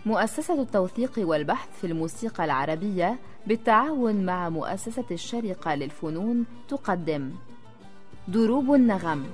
مؤسسة التوثيق والبحث في الموسيقى العربية بالتعاون مع مؤسسة الشارقة للفنون تقدم دروب النغم.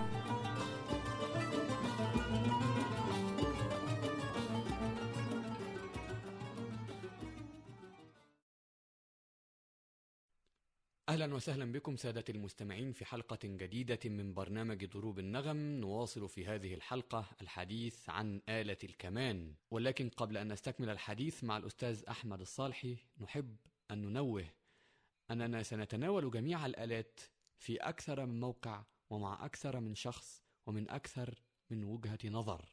أهلا وسهلا بكم سادة المستمعين في حلقة جديدة من برنامج دروب النغم. نواصل في هذه الحلقة الحديث عن آلة الكمان، ولكن قبل أن نستكمل الحديث مع الأستاذ أحمد الصالحي نحب أن ننوه أننا سنتناول جميع الآلات في أكثر من موقع ومع أكثر من شخص ومن أكثر من وجهة نظر.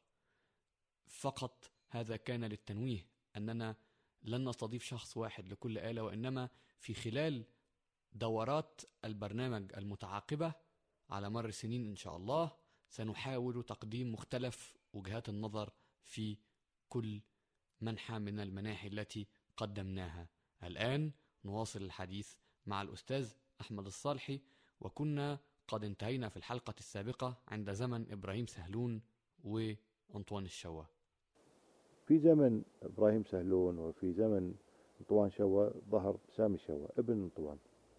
فقط هذا كان للتنويه أننا لن نستضيف شخص واحد لكل آلة، وإنما في خلال دورات البرنامج المتعاقبة على مر السنين إن شاء الله سنحاول تقديم مختلف وجهات النظر في كل منحى من المناحي التي قدمناها. الآن نواصل الحديث مع الأستاذ أحمد الصالحي، وكنا قد انتهينا في الحلقة السابقة عند زمن إبراهيم سهلون وأنطوان الشوا. في زمن إبراهيم سهلون وفي زمن أنطوان شوا ظهر سامي شوا ابن أنطوان،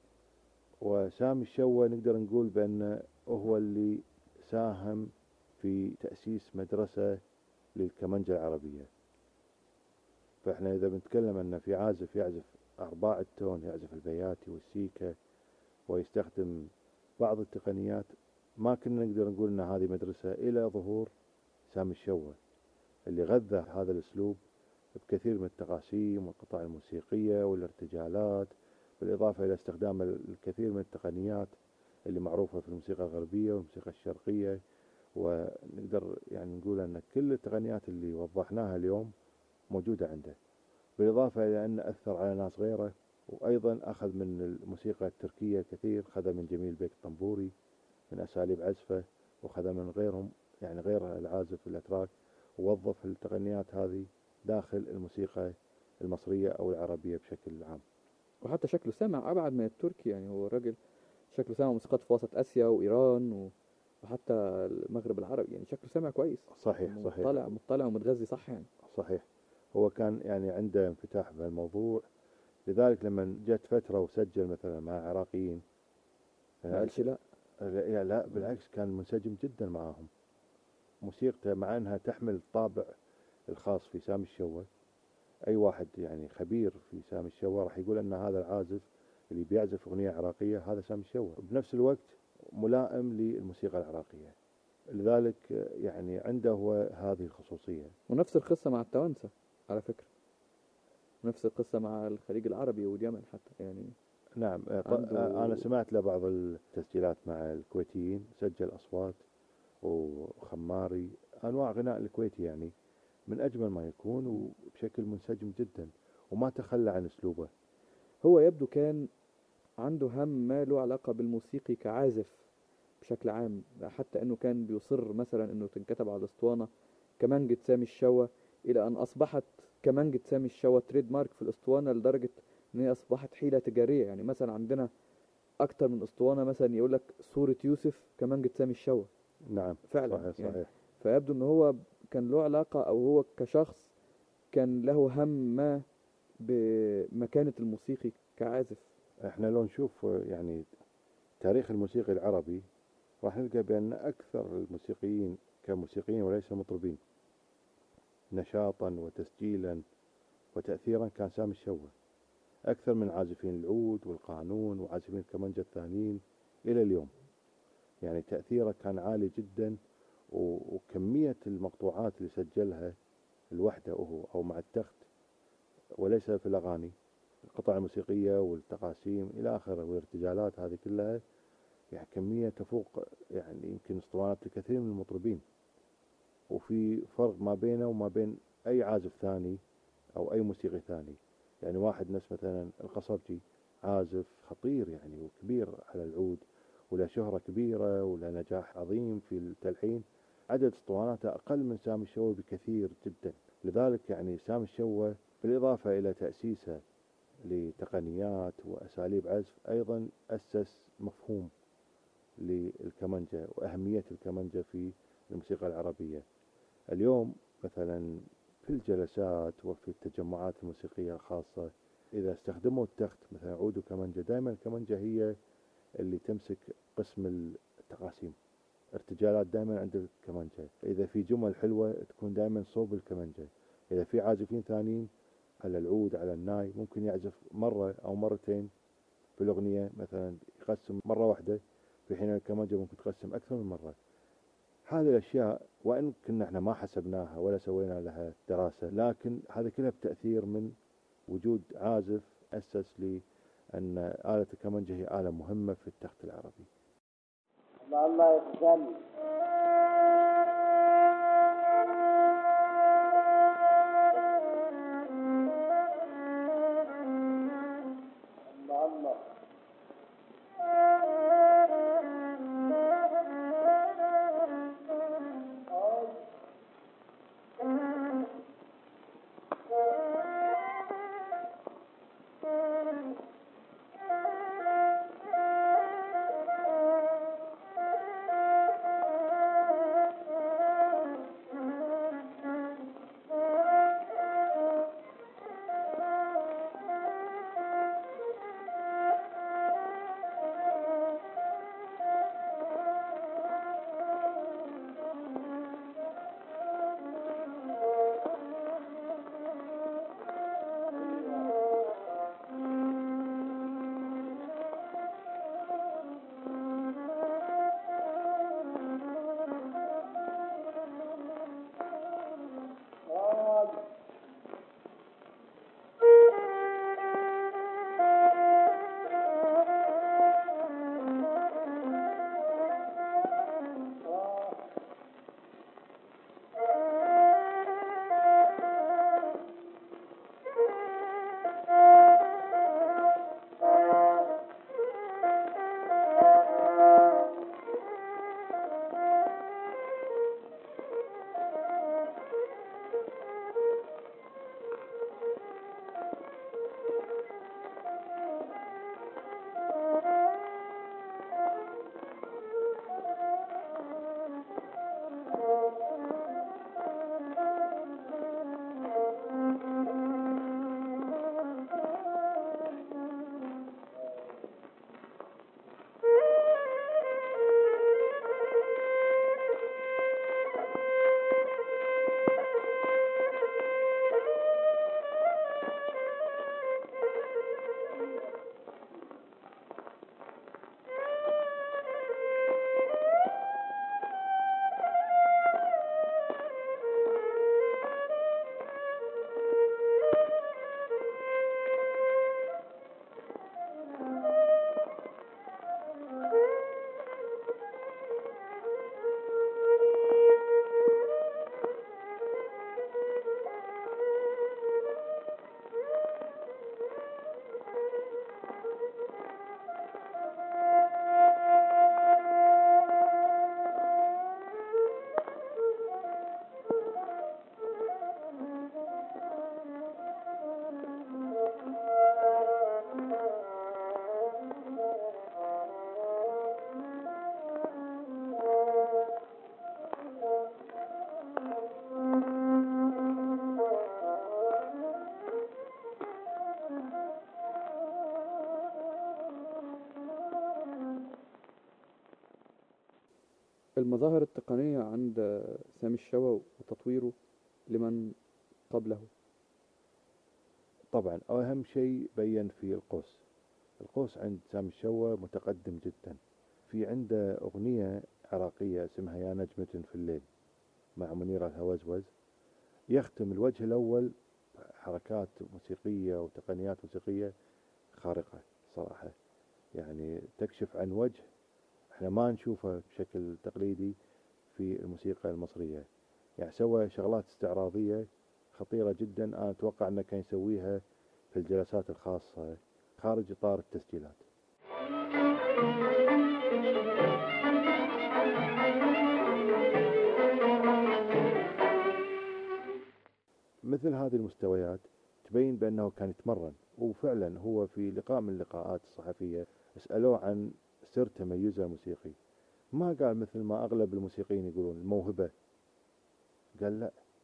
وسامي الشوا نقدر نقول بأنه هو اللي ساهم في تأسيس مدرسة للكمانجة العربية. فإحنا إذا بنتكلم أن في عازف يعزف أرباع التون، يعزف البياتي والسيكا ويستخدم بعض التقنيات، ما كنا نقدر نقول أن هذه مدرسة إلى ظهور سامي الشوا اللي غذى هذا الأسلوب بكثير من التقاسيم والقطع الموسيقية والارتجالات، بالإضافة إلى استخدام الكثير من التقنيات اللي معروفة في الموسيقى الغربية والموسيقى الشرقية. ونقدر يعني نقول أن كل التقنيات اللي وضحناها اليوم موجودة عنده، بالإضافة إلى أن أثر على ناس غيره، وأيضا أخذ من الموسيقى التركية الكثير، خذ من جميل بيك الطنبوري من أساليب عزفه، وخذ من غيرهم يعني غير العازف الأتراك، ووظف التقنيات هذه داخل الموسيقى المصرية أو العربية بشكل عام. وحتى شكله سامع أبعد من التركي، يعني هو الراجل شكله سامع موسيقات في وسط آسيا وإيران وحتى المغرب العربي، يعني شكله سامع كويس. صحيح مطلع ومتغذي، صح يعني. صحيح، هو كان يعني عنده انفتاح بهالموضوع، لذلك لما جت فترة وسجل مثلا مع عراقيين ما قالش لا. لا بالعكس، كان منسجم جدا معاهم. موسيقته مع أنها تحمل الطابع الخاص في سامي الشوا، أي واحد يعني خبير في سامي الشوا راح يقول أن هذا العازف اللي بيعزف أغنية عراقية هذا سامي الشوا، بنفس الوقت ملائم للموسيقى العراقية، لذلك يعني عنده هو هذه الخصوصية. ونفس القصة مع التوانسة على فكرة، نفس القصة مع الخليج العربي واليمن حتى يعني. نعم، أنا سمعت له بعض التسجيلات مع الكويتيين، سجل أصوات وخماري، أنواع غناء الكويتي يعني من أجمل ما يكون وبشكل منسجم جدا، وما تخلى عن أسلوبه. هو يبدو كان عنده هم ما له علاقة بالموسيقي كعازف بشكل عام، حتى أنه كان بيصر مثلا أنه تنكتب على الأسطوانة كمانجة سامي الشوا، إلى أن أصبحت كمانجة سامي الشوا تريد مارك في الأسطوانة، لدرجة أن هي أصبحت حيلة تجارية. يعني مثلا عندنا أكتر من أسطوانة مثلا يقول لك صورة يوسف كمانجة سامي الشوا. نعم فعلا صحيح يعني. صحيح. فيبدو أنه هو كان له علاقة، أو هو كشخص كان له هم ما بمكانة الموسيقي كعازف. احنا لو نشوف يعني تاريخ الموسيقى العربي راح نلقى بأن أكثر الموسيقيين كموسيقيين وليس مطربين نشاطا وتسجيلا وتأثيرا كان سامي الشوا، أكثر من عازفين العود والقانون وعازفين الكمانجة الثانيين إلى اليوم. يعني تأثيره كان عالي جدا، وكمية المقطوعات اللي سجلها الوحدة أو مع التخت وليس في الأغاني، القطع الموسيقية والتقاسيم إلى آخره والارتجالات هذه كلها، يعني كمية تفوق يعني يمكن اسطوانات الكثير من المطربين. وفي فرق ما بينه وما بين أي عازف ثاني أو أي موسيقي ثاني. يعني واحد نفس مثلا القصبجي عازف خطير يعني وكبير على العود، وله شهرة كبيرة وله نجاح عظيم في التلحين، عدد اسطواناته أقل من سامي الشوا بكثير جدا. لذلك يعني سامي الشوا بالإضافة إلى تأسيسه لتقنيات وأساليب عزف، أيضا أسس مفهوم للكمانجة وأهمية الكمانجة في الموسيقى العربية. اليوم مثلا في الجلسات وفي التجمعات الموسيقية الخاصة إذا استخدموا التخت مثلا عود وكمنجة، دائما الكمنجة هي اللي تمسك قسم التقاسيم، ارتجالات دائما عند الكمانجة. إذا في جمل حلوة تكون دائما صوب الكمانجة. إذا في عازفين ثانيين على العود على الناي ممكن يعزف مرة أو مرتين في الأغنية، مثلا يقسم مرة واحدة، في حين الكمانجة ممكن تقسم أكثر من مرة. هذه الأشياء وإن كنا احنا ما حسبناها ولا سوينا لها دراسة، لكن هذا كلها بتأثير من وجود عازف أسس لي أن آلة الكمانجة هي آلة مهمة في التخت العربي. الله يتسلم. المظاهر التقنية عند سامي الشوا وتطويره لمن قبله. طبعا أهم شيء بين في القوس. القوس عند سامي الشوا متقدم جدا. في عنده أغنية عراقية اسمها يا نجمة في الليل مع منيرة الهوزوز، يختم الوجه الأول حركات موسيقية وتقنيات موسيقية خارقة صراحة، يعني تكشف عن وجه احنا ما نشوفه بشكل تقليدي في الموسيقى المصرية. يعني سوى شغلات استعراضية خطيرة جدا، أنا أتوقع أنه كان يسويها في الجلسات الخاصة خارج إطار التسجيلات. مثل هذه المستويات تبين بأنه كان يتمرن، وفعلا هو في لقاء من اللقاءات الصحفية اسألوه عن سر تميزه الموسيقي، ما قال مثل ما أغلب الموسيقيين يقولون الموهبة، قال لا،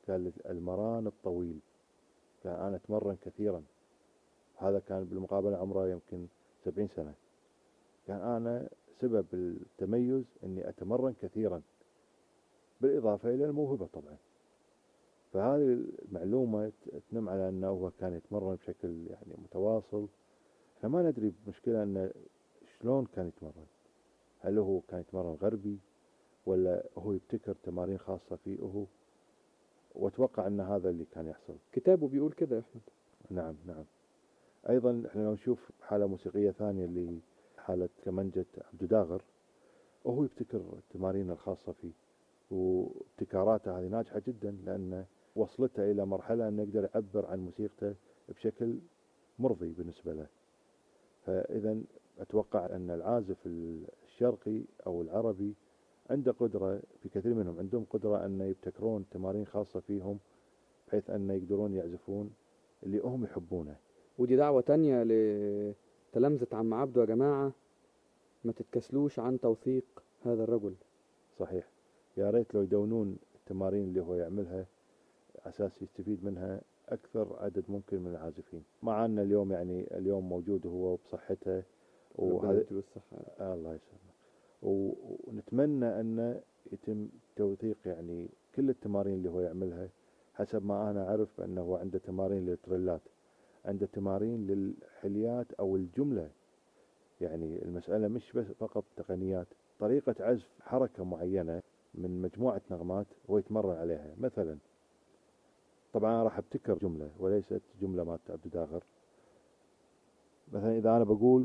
قال المران الطويل، كان أنا أتمرن كثيرا. هذا كان بالمقابلة عمره يمكن 70 سنة. كان أنا سبب التميز أني أتمرن كثيرا، بالإضافة إلى الموهبة طبعا. فهذه المعلومة تنم على أنه هو كان يتمرن بشكل يعني متواصل. احنا ما ندري بمشكلة أنه شلون كان يتمرن، هل هو كان يتمرن غربي ولا هو يبتكر تمارين خاصة فيه هو، واتوقع أن هذا اللي كان يحصل. كتابه بيقول كده يا أحمد. نعم نعم. أيضا احنا لو نشوف حالة موسيقية ثانية اللي حالة كمنجة عبد داغر، وهو يبتكر التمارين الخاصة فيه، وابتكاراته هذه ناجحة جدا لأن وصلته إلى مرحلة أنه يقدر يعبر عن موسيقته بشكل مرضي بالنسبة له. فإذا أتوقع أن العازف الشرقي أو العربي عنده قدرة، في كثير منهم عندهم قدرة أن يبتكرون تمارين خاصة فيهم بحيث أن يقدرون يعزفون اللي هم يحبونه. ودي دعوة تانية لتلامذة عم عبده يا جماعة، ما تتكسلوش عن توثيق هذا الرجل. صحيح، يا ريت لو يدونون التمارين اللي هو يعملها أساس يستفيد منها أكثر عدد ممكن من العازفين. مع أن اليوم يعني اليوم موجود هو بصحته وهذا بالصحة. الله يسلمك. ونتمنى أن يتم توثيق يعني كل التمارين اللي هو يعملها. حسب ما أنا أعرف أنه عنده تمارين للتريلات، عنده تمارين للحليات أو الجملة. يعني المسألة مش بس فقط تقنيات، طريقة عزف حركة معينة من مجموعة نغمات هو يتمرن عليها. مثلا طبعا أنا راح ابتكر جملة وليست جملة مالت عبد داغر. مثلا إذا أنا بقول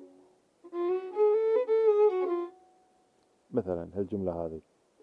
مثلا هالجملة هذه،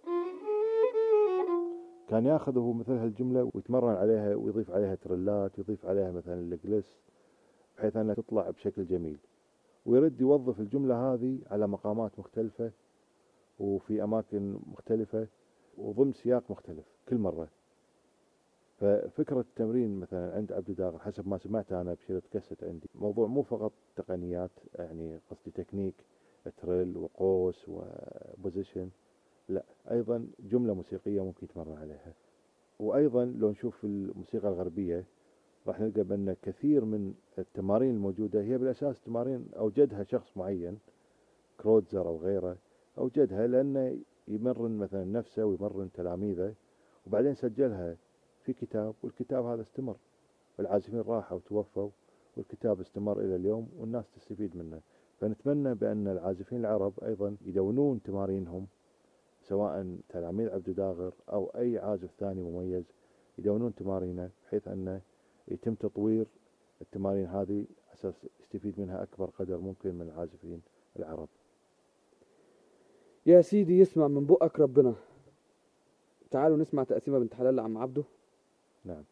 كان ياخذه مثل هالجملة ويتمرن عليها ويضيف عليها تريلات، يضيف عليها مثلا الجلس بحيث أنها تطلع بشكل جميل، ويرد يوظف الجملة هذه على مقامات مختلفة وفي أماكن مختلفة وضمن سياق مختلف كل مرة. ففكرة التمرين مثلا عند عبد داغر حسب ما سمعت أنا بشريط كاسيت عندي، موضوع مو فقط تقنيات، يعني قصدي تكنيك تريل وقوس وبوزيشن، لا أيضا جملة موسيقية ممكن يتمرن عليها. وأيضا لو نشوف الموسيقى الغربية راح نلقى بأن كثير من التمارين الموجودة هي بالأساس تمارين أوجدها شخص معين، كروتزر أو غيره، أوجدها لأنه يمرن مثلا نفسه ويمرن تلاميذه، وبعدين سجلها في كتاب، والكتاب هذا استمر، والعازفين راحوا وتوفوا والكتاب استمر إلى اليوم والناس تستفيد منه. فنتمنى بأن العازفين العرب أيضا يدونون تمارينهم، سواء تلاميذ عبد داغر أو أي عازف ثاني مميز، يدونون تمارينه بحيث أنه يتم تطوير التمارين هذه أساس يستفيد منها أكبر قدر ممكن من العازفين العرب. يا سيدي يسمع من بقك ربنا. تعالوا نسمع تقسيمة بنت حلال لعم عبده. نعم.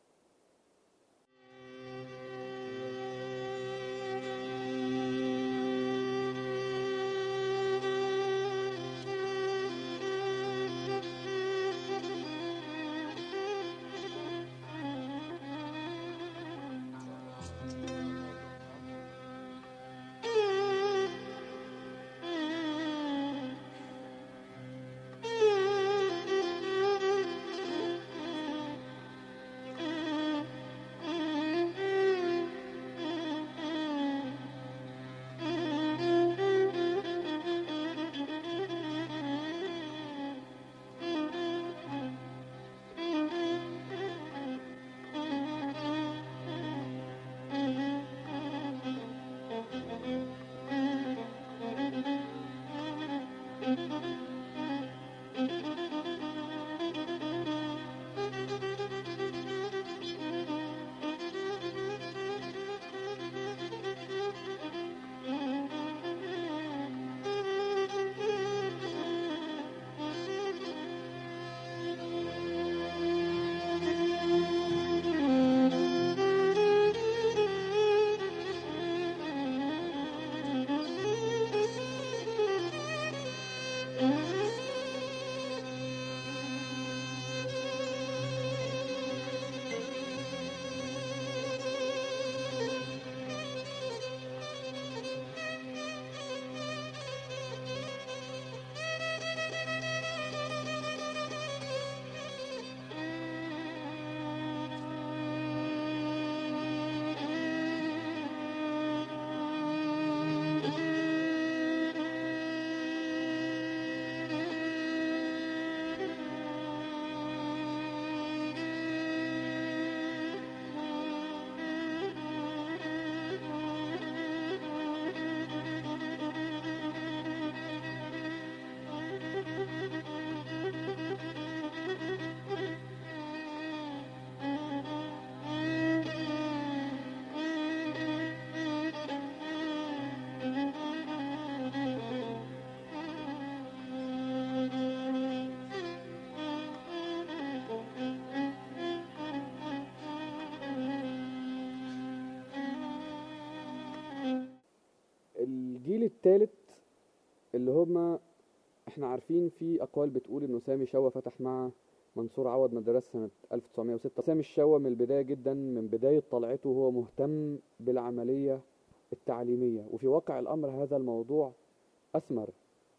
الثالث اللي هما احنا عارفين في اقوال بتقول انه سامي شوا فتح مع منصور عوض مدرسة سنة 1906. سامي الشوا من البداية جدا، من بداية طلعته هو مهتم بالعملية التعليمية، وفي واقع الامر هذا الموضوع اثمر.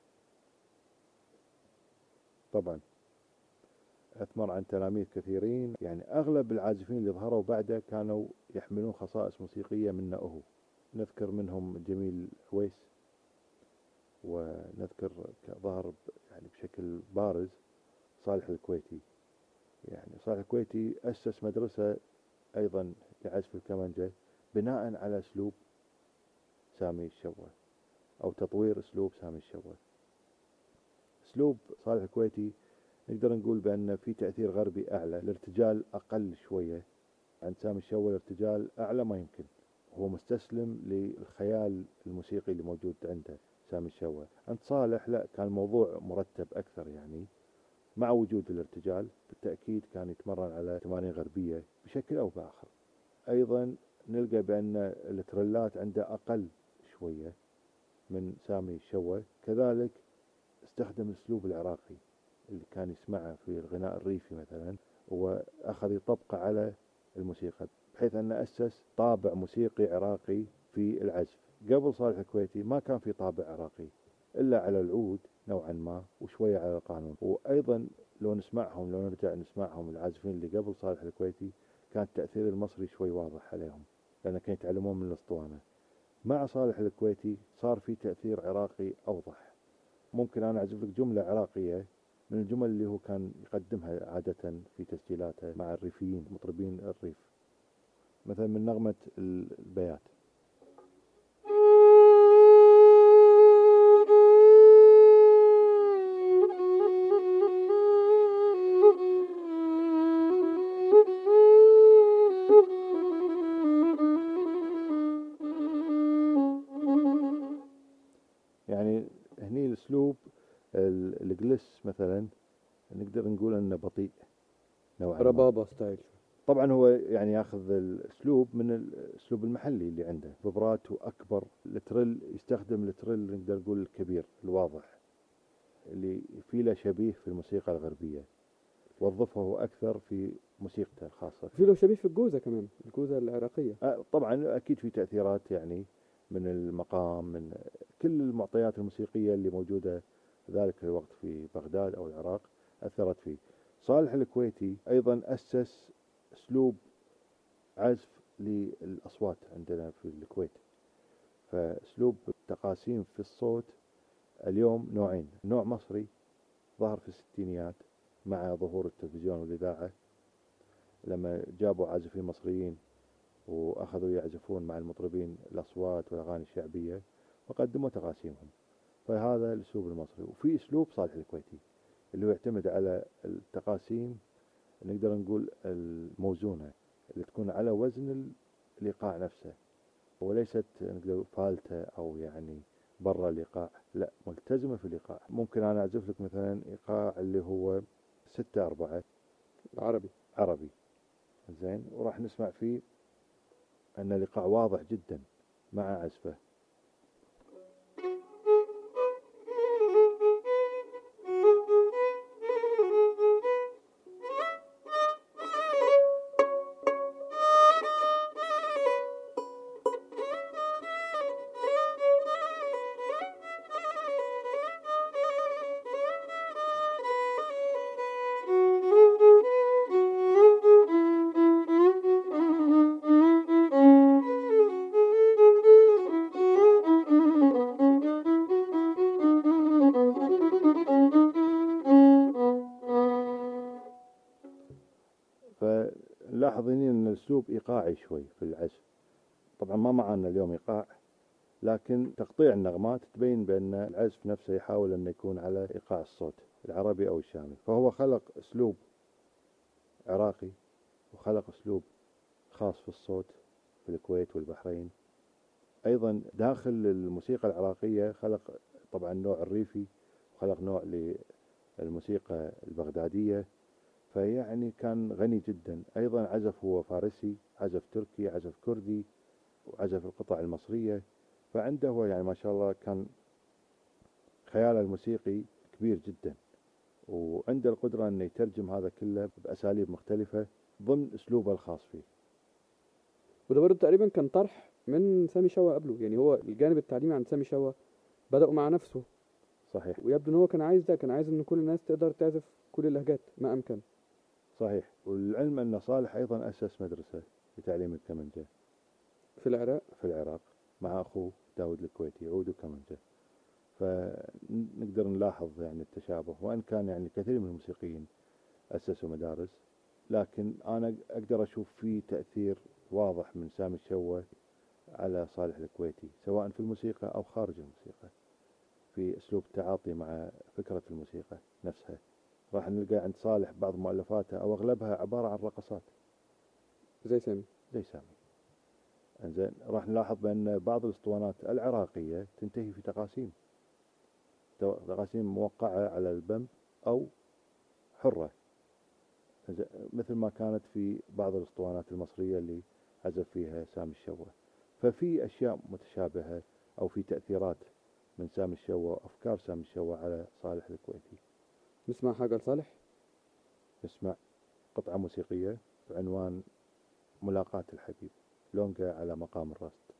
طبعا أثمر عن تلاميذ كثيرين، يعني أغلب العازفين اللي ظهروا بعده كانوا يحملون خصائص موسيقية منه هو. نذكر منهم جميل حويس، ونذكر ظهر يعني بشكل بارز صالح الكويتي. يعني صالح الكويتي أسس مدرسة أيضا لعزف الكمانجة بناء على أسلوب سامي الشوا، أو تطوير أسلوب سامي الشوا. أسلوب صالح الكويتي نقدر نقول بأن في تأثير غربي أعلى، الارتجال أقل شوية عن سامي الشوا، الارتجال أعلى ما يمكن. هو مستسلم للخيال الموسيقي اللي موجود عنده سامي الشوا. عند صالح لا، كان الموضوع مرتب أكثر، يعني مع وجود الارتجال بالتأكيد كان يتمرن على تمارين غربية بشكل أو بآخر. أيضا نلقى بأن التريلات عنده أقل شوية من سامي الشوا. كذلك استخدم الأسلوب العراقي اللي كان يسمعه في الغناء الريفي مثلا، وأخذ يطبقه على الموسيقى، بحيث أن أسس طابع موسيقي عراقي في العزف. قبل صالح الكويتي ما كان في طابع عراقي إلا على العود نوعا ما، وشوية على القانون. وأيضا لو نرجع نسمعهم العازفين اللي قبل صالح الكويتي، كان التأثير المصري شوي واضح عليهم، لأن كانوا يتعلمون من الأسطوانة. مع صالح الكويتي صار في تأثير عراقي أوضح. ممكن أنا أعزف لك جملة عراقية من الجمل اللي هو كان يقدمها عادة في تسجيلاته مع الريفيين، مطربين الريف، مثلا من نغمة البيات. يعني هني الأسلوب الجلس مثلا نقدر نقول أنه بطيء نوعا ما، ربابة ستايل. طبعا هو يعني ياخذ الأسلوب من الأسلوب المحلي اللي عنده، فبراته أكبر. التريل يستخدم التريل نقدر نقول الكبير الواضح اللي فيه له شبيه في الموسيقى الغربية، وظفه أكثر في موسيقته الخاصة. في له شبيه في الجوزة كمان، الجوزة العراقية. طبعا أكيد في تأثيرات يعني من المقام، من كل المعطيات الموسيقية اللي موجودة ذلك الوقت في بغداد أو العراق أثرت فيه. صالح الكويتي أيضا أسس أسلوب عزف للأصوات عندنا في الكويت. فأسلوب التقاسيم في الصوت اليوم نوعين: نوع مصري ظهر في الستينيات مع ظهور التلفزيون والإذاعة، لما جابوا عازفين مصريين وأخذوا يعزفون مع المطربين الأصوات والأغاني الشعبية وقدموا تقاسيمهم. فهذا الأسلوب المصري. وفي أسلوب صالح الكويتي اللي هو يعتمد على التقاسيم، نقدر نقول الموزونة، اللي تكون على وزن الإيقاع نفسه، وليست نقدر فالتة أو يعني برا الإيقاع، لا، ملتزمة في الإيقاع. ممكن أنا أعزف لك مثلا إيقاع اللي هو 6/4 عربي زين، وراح نسمع فيه أن الإيقاع واضح جدا مع عزفه. فنلاحظ أن الأسلوب إيقاعي شوي في العزف. طبعا ما معنا اليوم إيقاع، لكن تقطيع النغمات تبين بأن العزف نفسه يحاول أن يكون على إيقاع الصوت العربي أو الشامي. فهو خلق أسلوب عراقي، وخلق أسلوب خاص في الصوت في الكويت والبحرين. أيضا داخل الموسيقى العراقية خلق طبعا نوع الريفي، وخلق نوع للموسيقى البغدادية. فيعني كان غني جدا. أيضا عزف هو فارسي، عزف تركي، عزف كردي، وعزف القطع المصرية. فعنده هو يعني ما شاء الله كان خياله الموسيقي كبير جدا، وعنده القدرة أنه يترجم هذا كله بأساليب مختلفة ضمن أسلوبه الخاص فيه. وده برضه تقريبا كان طرح من سامي شوا قبله، يعني هو الجانب التعليمي عند سامي شوا بدأوا مع نفسه، صحيح. ويبدو ان هو كان عايز ده، كان عايز ان كل الناس تقدر تعزف كل اللهجات ما امكن. صحيح. والعلم أن صالح أيضا أسس مدرسة لتعليم الكمنجة في العراق. في العراق مع أخوه داود الكويتي عود وكمنجة. فنقدر نلاحظ يعني التشابه، وإن كان يعني كثير من الموسيقيين أسسوا مدارس، لكن أنا أقدر أشوف فيه تأثير واضح من سامي الشوا على صالح الكويتي، سواء في الموسيقى أو خارج الموسيقى، في أسلوب التعاطي مع فكرة الموسيقى نفسها. راح نلقى عند صالح بعض مؤلفاته أو أغلبها عبارة عن رقصات زي سامي. زي سامي. انزين، راح نلاحظ بأن بعض الأسطوانات العراقية تنتهي في تقاسيم موقعة على البم أو حرة، مثل ما كانت في بعض الأسطوانات المصرية اللي عزف فيها سامي الشوا. ففي أشياء متشابهة أو في تأثيرات من سامي الشوا وأفكار سامي الشوا على صالح الكويتي. نسمع حاجة لصالح؟ نسمع قطعة موسيقية بعنوان ملاقاة الحبيب، لونجا على مقام الراست.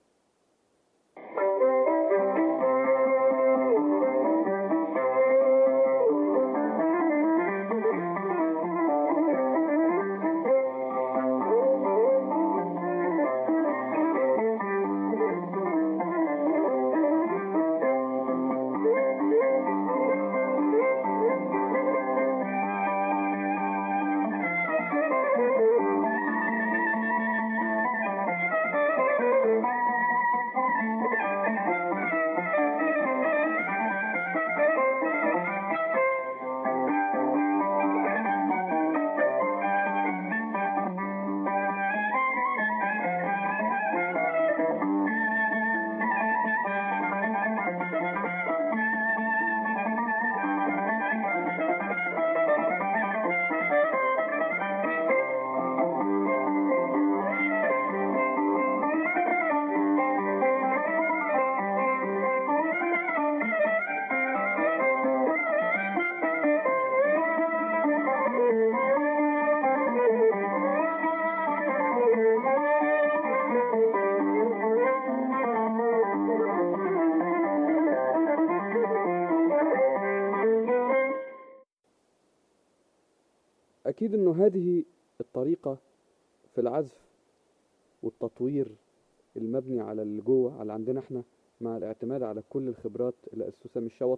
أكيد إنه هذه الطريقة في العزف والتطوير المبني على اللي جوه، على عندنا احنا، مع الاعتماد على كل الخبرات اللي أسسها سامي الشوا،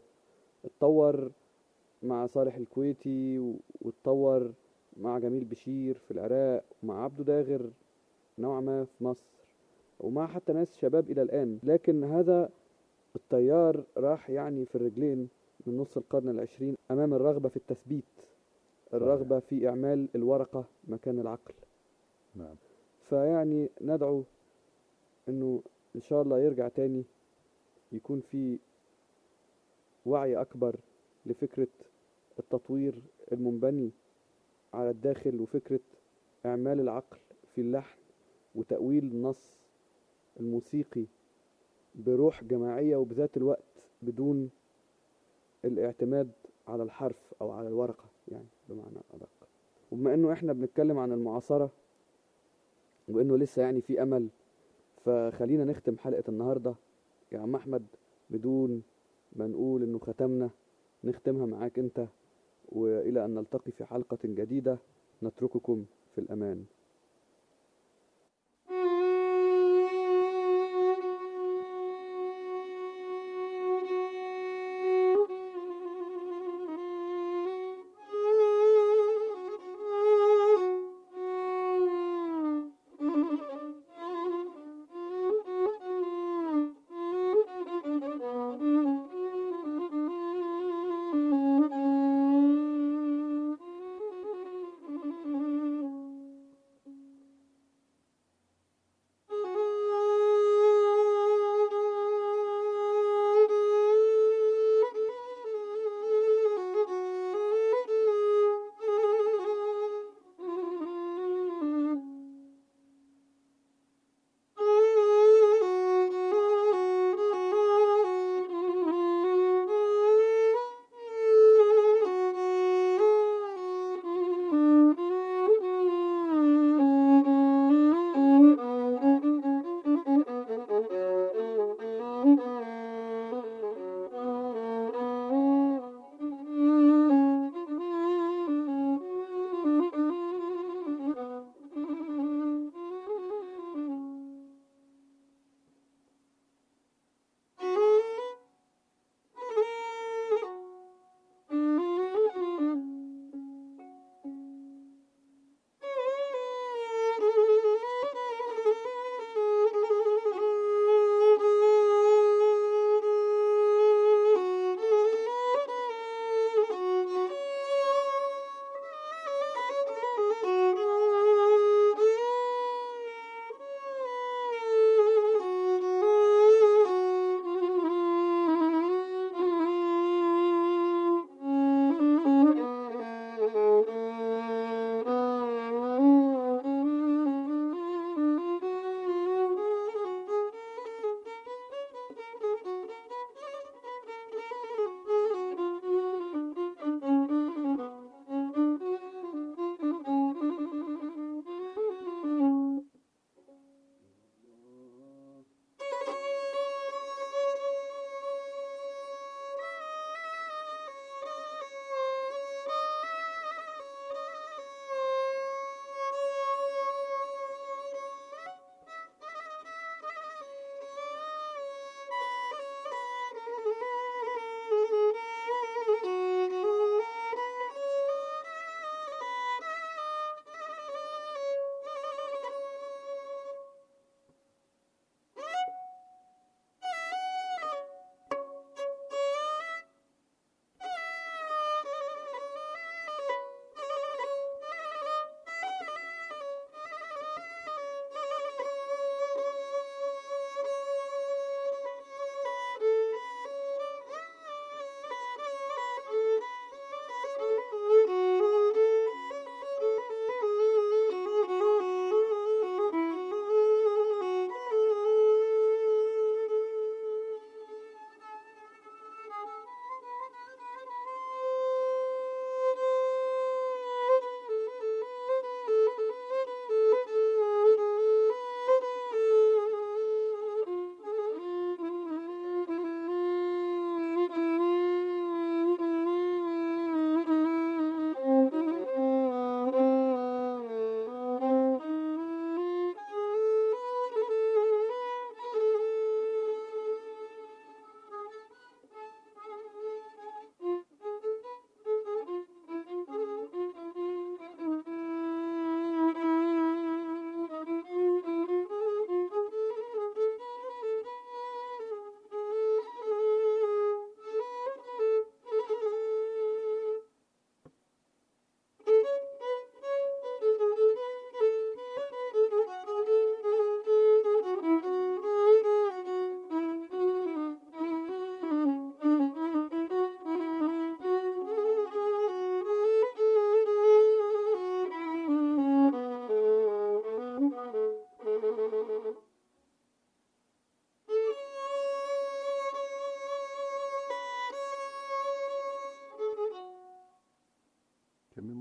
اتطور مع صالح الكويتي، واتطور مع جميل بشير في العراق، ومع عبده داغر نوعا ما في مصر، ومع حتى ناس شباب إلى الآن. لكن هذا التيار راح يعني في الرجلين من نص القرن العشرين أمام الرغبة في التثبيت، الرغبة في إعمال الورقة مكان العقل. نعم. فيعني ندعو إنه إن شاء الله يرجع تاني، يكون في وعي أكبر لفكرة التطوير المنبني على الداخل، وفكرة إعمال العقل في اللحن وتأويل النص الموسيقي بروح جماعية، وبذات الوقت بدون الاعتماد على الحرف أو على الورقة يعني بمعنى أدق. وبما إنه إحنا بنتكلم عن المعاصرة وإنه لسه يعني في أمل، فخلينا نختم حلقة النهاردة يا عم أحمد بدون ما نقول إنه ختمنا، نختمها معاك أنت، وإلى أن نلتقي في حلقة جديدة نترككم في الأمان.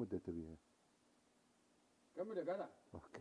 مدة تبيها؟ كمل يا جدع. اوكي.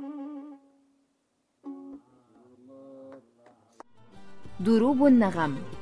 دروب النغم.